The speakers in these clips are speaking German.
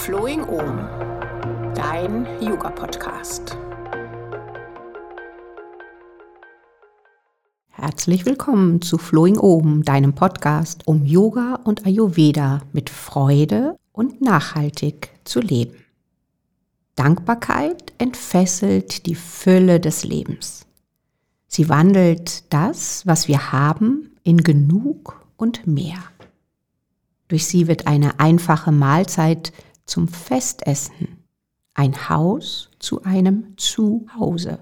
Flowing Om, dein Yoga-Podcast. Herzlich willkommen zu Flowing Om, deinem Podcast, um Yoga und Ayurveda mit Freude und nachhaltig zu leben. Dankbarkeit entfesselt die Fülle des Lebens. Sie wandelt das, was wir haben, in genug und mehr. Durch sie wird eine einfache Mahlzeit zum Festessen, ein Haus zu einem Zuhause.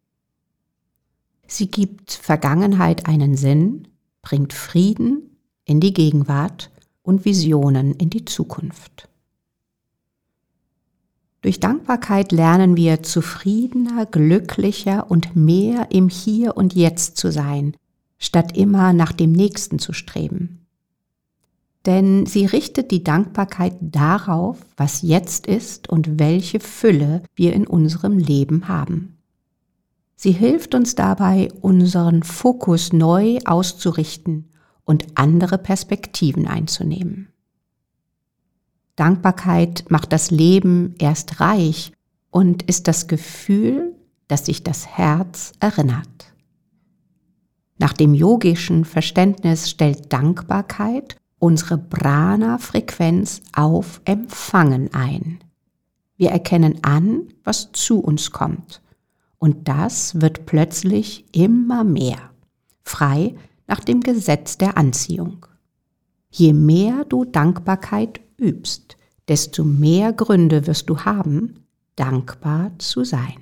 Sie gibt Vergangenheit einen Sinn, bringt Frieden in die Gegenwart und Visionen in die Zukunft. Durch Dankbarkeit lernen wir zufriedener, glücklicher und mehr im Hier und Jetzt zu sein, statt immer nach dem Nächsten zu streben. Denn sie richtet die Dankbarkeit darauf, was jetzt ist und welche Fülle wir in unserem Leben haben. Sie hilft uns dabei, unseren Fokus neu auszurichten und andere Perspektiven einzunehmen. Dankbarkeit macht das Leben erst reich und ist das Gefühl, das sich das Herz erinnert. Nach dem yogischen Verständnis stellt Dankbarkeit unsere Prana-Frequenz auf Empfangen ein. Wir erkennen an, was zu uns kommt. Und das wird plötzlich immer mehr, frei nach dem Gesetz der Anziehung. Je mehr du Dankbarkeit übst, desto mehr Gründe wirst du haben, dankbar zu sein.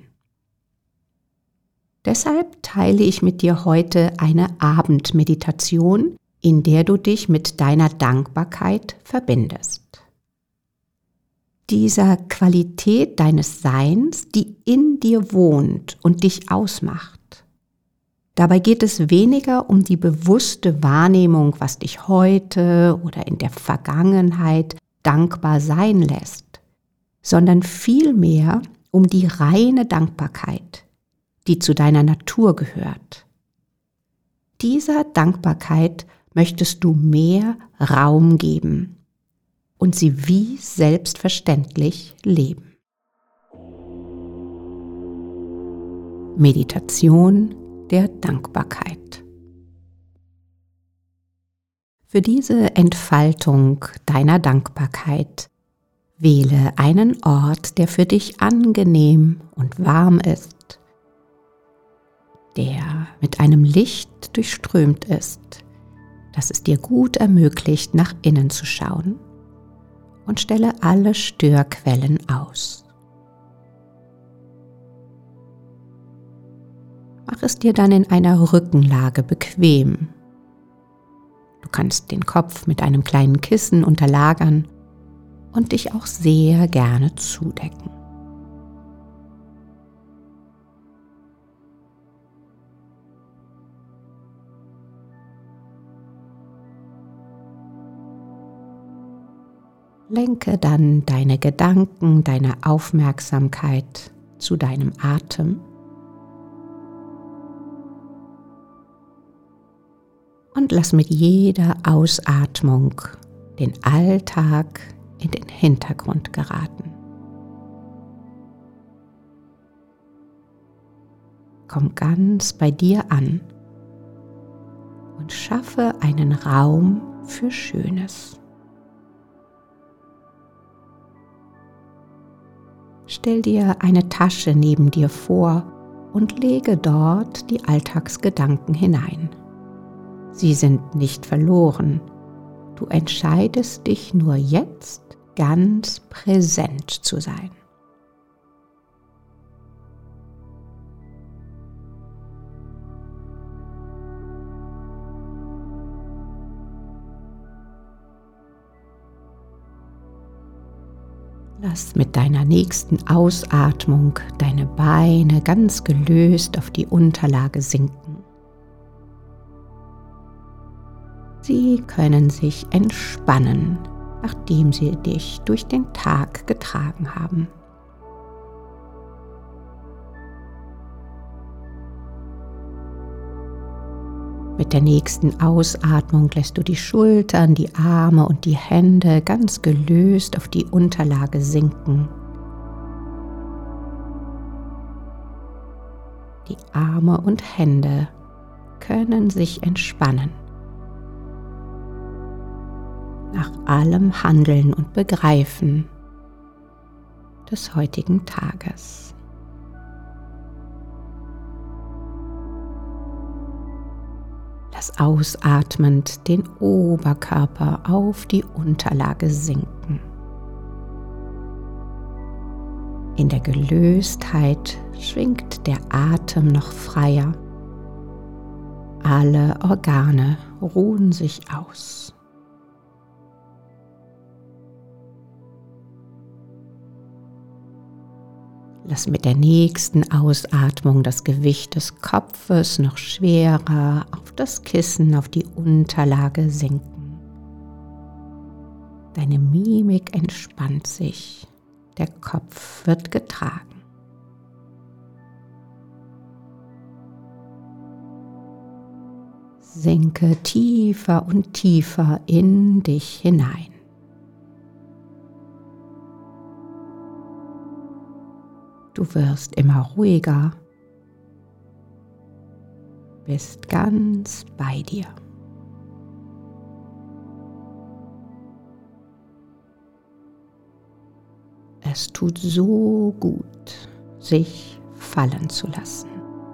Deshalb teile ich mit dir heute eine Abendmeditation, in der du dich mit deiner Dankbarkeit verbindest. Dieser Qualität deines Seins, die in dir wohnt und dich ausmacht. Dabei geht es weniger um die bewusste Wahrnehmung, was dich heute oder in der Vergangenheit dankbar sein lässt, sondern vielmehr um die reine Dankbarkeit, die zu deiner Natur gehört. Dieser Dankbarkeit möchtest du mehr Raum geben und sie wie selbstverständlich leben. Meditation der Dankbarkeit. Für diese Entfaltung deiner Dankbarkeit wähle einen Ort, der für dich angenehm und warm ist, der mit einem Licht durchströmt ist, das es dir gut ermöglicht, nach innen zu schauen, und stelle alle Störquellen aus. Mach es dir dann in einer Rückenlage bequem. Du kannst den Kopf mit einem kleinen Kissen unterlagern und dich auch sehr gerne zudecken. Lenke dann deine Gedanken, deine Aufmerksamkeit zu deinem Atem und lass mit jeder Ausatmung den Alltag in den Hintergrund geraten. Komm ganz bei dir an und schaffe einen Raum für Schönes. Stell dir eine Tasche neben dir vor und lege dort die Alltagsgedanken hinein. Sie sind nicht verloren. Du entscheidest dich nur jetzt, ganz präsent zu sein. Lass mit deiner nächsten Ausatmung deine Beine ganz gelöst auf die Unterlage sinken. Sie können sich entspannen, nachdem sie dich durch den Tag getragen haben. Mit der nächsten Ausatmung lässt du die Schultern, die Arme und die Hände ganz gelöst auf die Unterlage sinken. Die Arme und Hände können sich entspannen. Nach allem Handeln und Begreifen des heutigen Tages. Lass ausatmend den Oberkörper auf die Unterlage sinken. In der Gelöstheit schwingt der Atem noch freier. Alle Organe ruhen sich aus. Lass mit der nächsten Ausatmung das Gewicht des Kopfes noch schwerer auf das Kissen, auf die Unterlage sinken. Deine Mimik entspannt sich, der Kopf wird getragen. Sinke tiefer und tiefer in dich hinein. Du wirst immer ruhiger, bist ganz bei dir. Es tut so gut, sich fallen zu lassen.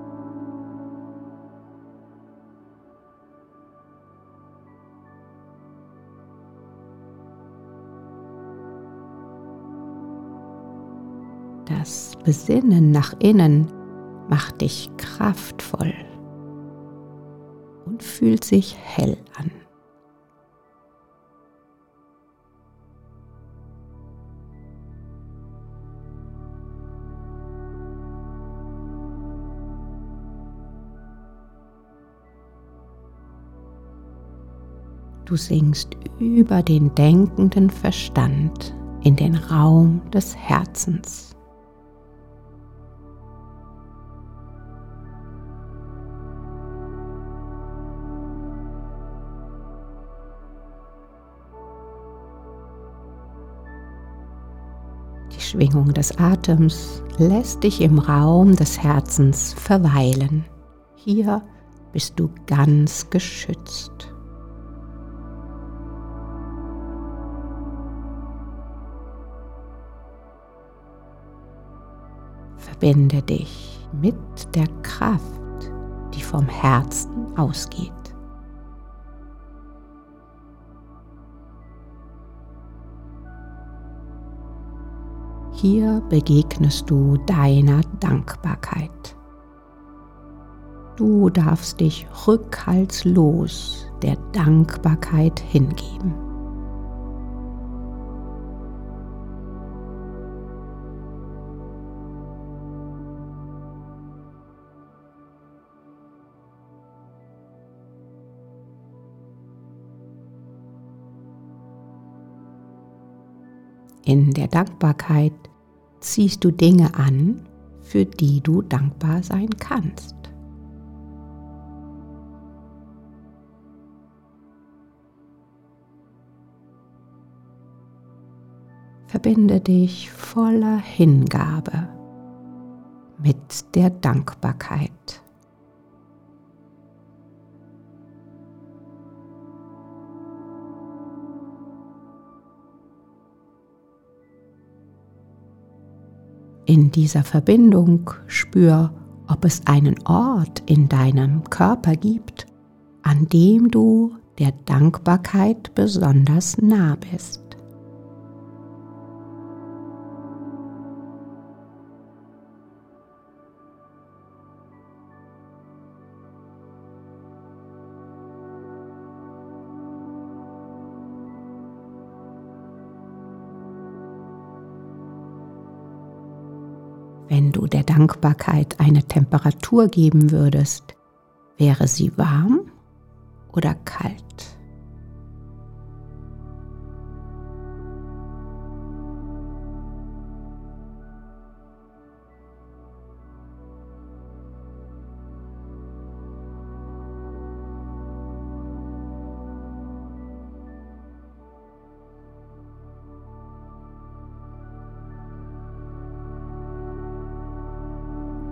Das Besinnen nach innen macht dich kraftvoll und fühlt sich hell an. Du sinkst über den denkenden Verstand in den Raum des Herzens. Die Schwingung des Atems lässt dich im Raum des Herzens verweilen. Hier bist du ganz geschützt. Verbinde dich mit der Kraft, die vom Herzen ausgeht. Hier begegnest du deiner Dankbarkeit. Du darfst dich rückhaltslos der Dankbarkeit hingeben. In der Dankbarkeit ziehst du Dinge an, für die du dankbar sein kannst. Verbinde dich voller Hingabe mit der Dankbarkeit. In dieser Verbindung spür, ob es einen Ort in deinem Körper gibt, an dem du der Dankbarkeit besonders nah bist. Wenn du der Dankbarkeit eine Temperatur geben würdest, wäre sie warm oder kalt?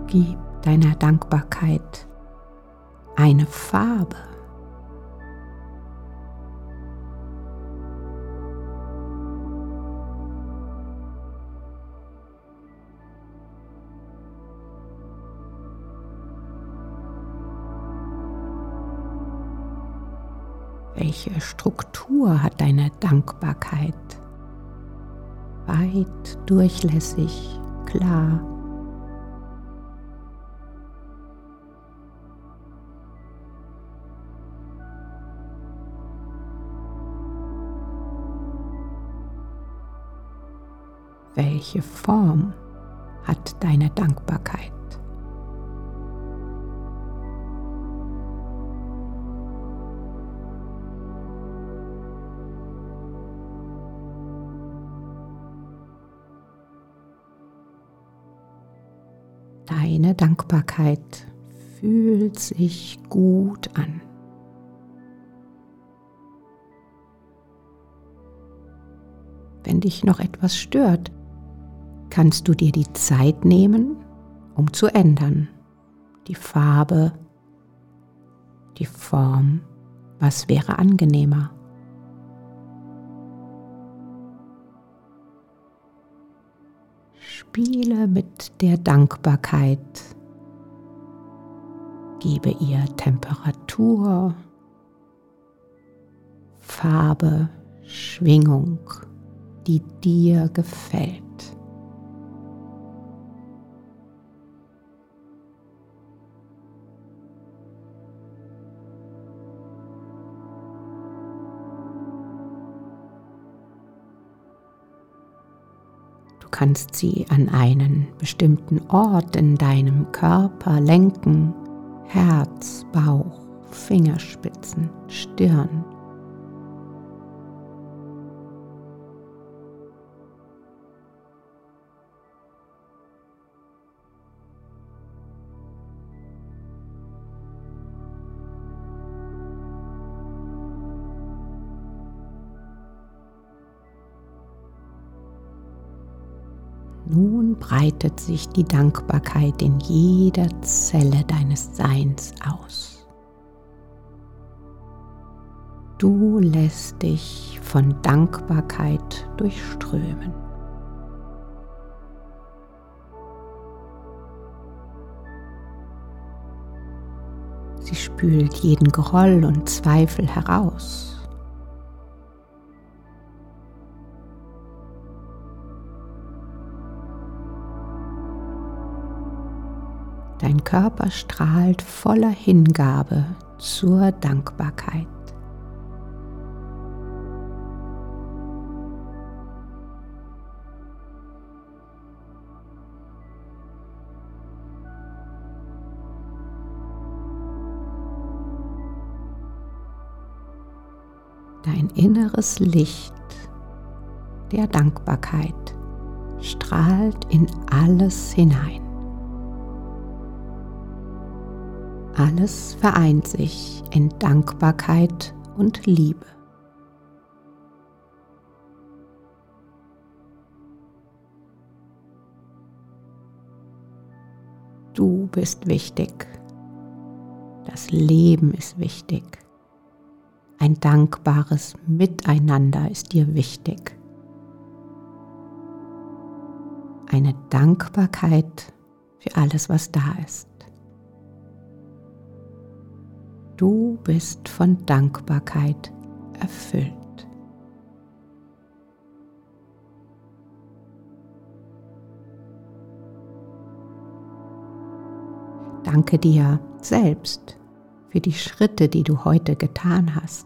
Gib deiner Dankbarkeit eine Farbe. Welche Struktur hat deine Dankbarkeit? Weit, durchlässig, klar. Welche Form hat deine Dankbarkeit? Deine Dankbarkeit fühlt sich gut an. Wenn dich noch etwas stört, kannst du dir die Zeit nehmen, um zu ändern. Die Farbe, die Form, was wäre angenehmer? Spiele mit der Dankbarkeit. Gebe ihr Temperatur, Farbe, Schwingung, die dir gefällt. Du kannst sie an einen bestimmten Ort in deinem Körper lenken: Herz, Bauch, Fingerspitzen, Stirn. Nun breitet sich die Dankbarkeit in jeder Zelle deines Seins aus. Du lässt dich von Dankbarkeit durchströmen. Sie spült jeden Groll und Zweifel heraus. Dein Körper strahlt voller Hingabe zur Dankbarkeit. Dein inneres Licht der Dankbarkeit strahlt in alles hinein. Alles vereint sich in Dankbarkeit und Liebe. Du bist wichtig. Das Leben ist wichtig. Ein dankbares Miteinander ist dir wichtig. Eine Dankbarkeit für alles, was da ist. Du bist von Dankbarkeit erfüllt. Danke dir selbst für die Schritte, die du heute getan hast.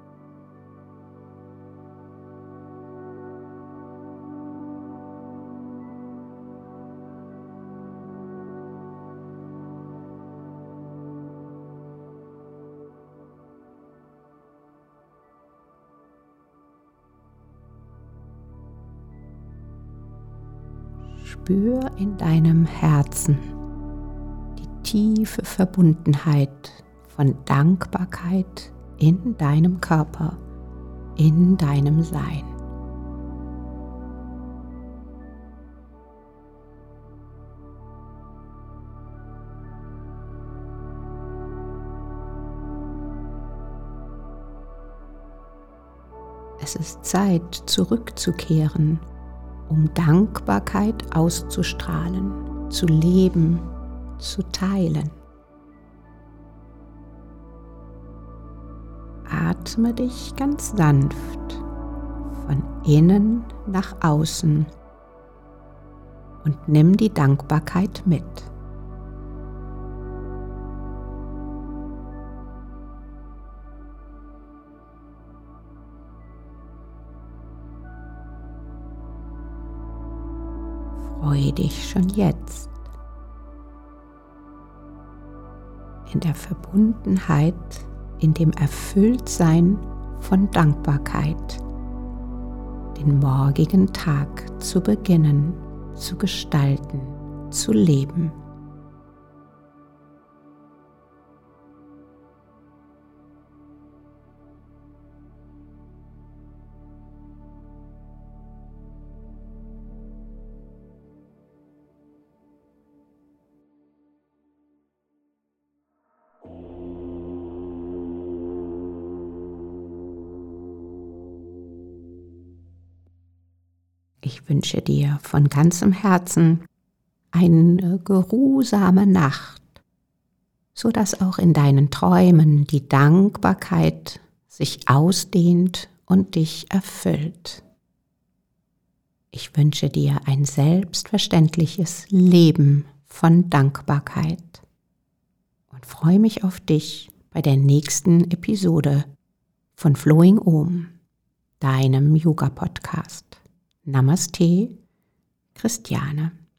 Spür in deinem Herzen die tiefe Verbundenheit von Dankbarkeit in deinem Körper, in deinem Sein. Es ist Zeit, zurückzukehren, um Dankbarkeit auszustrahlen, zu leben, zu teilen. Atme dich ganz sanft von innen nach außen und nimm die Dankbarkeit mit. Freue dich schon jetzt in der Verbundenheit, in dem Erfülltsein von Dankbarkeit, den morgigen Tag zu beginnen, zu gestalten, zu leben. Ich wünsche dir von ganzem Herzen eine geruhsame Nacht, so dass auch in deinen Träumen die Dankbarkeit sich ausdehnt und dich erfüllt. Ich wünsche dir ein selbstverständliches Leben von Dankbarkeit und freue mich auf dich bei der nächsten Episode von Flowing Om, deinem Yoga-Podcast. Namaste, Christiane.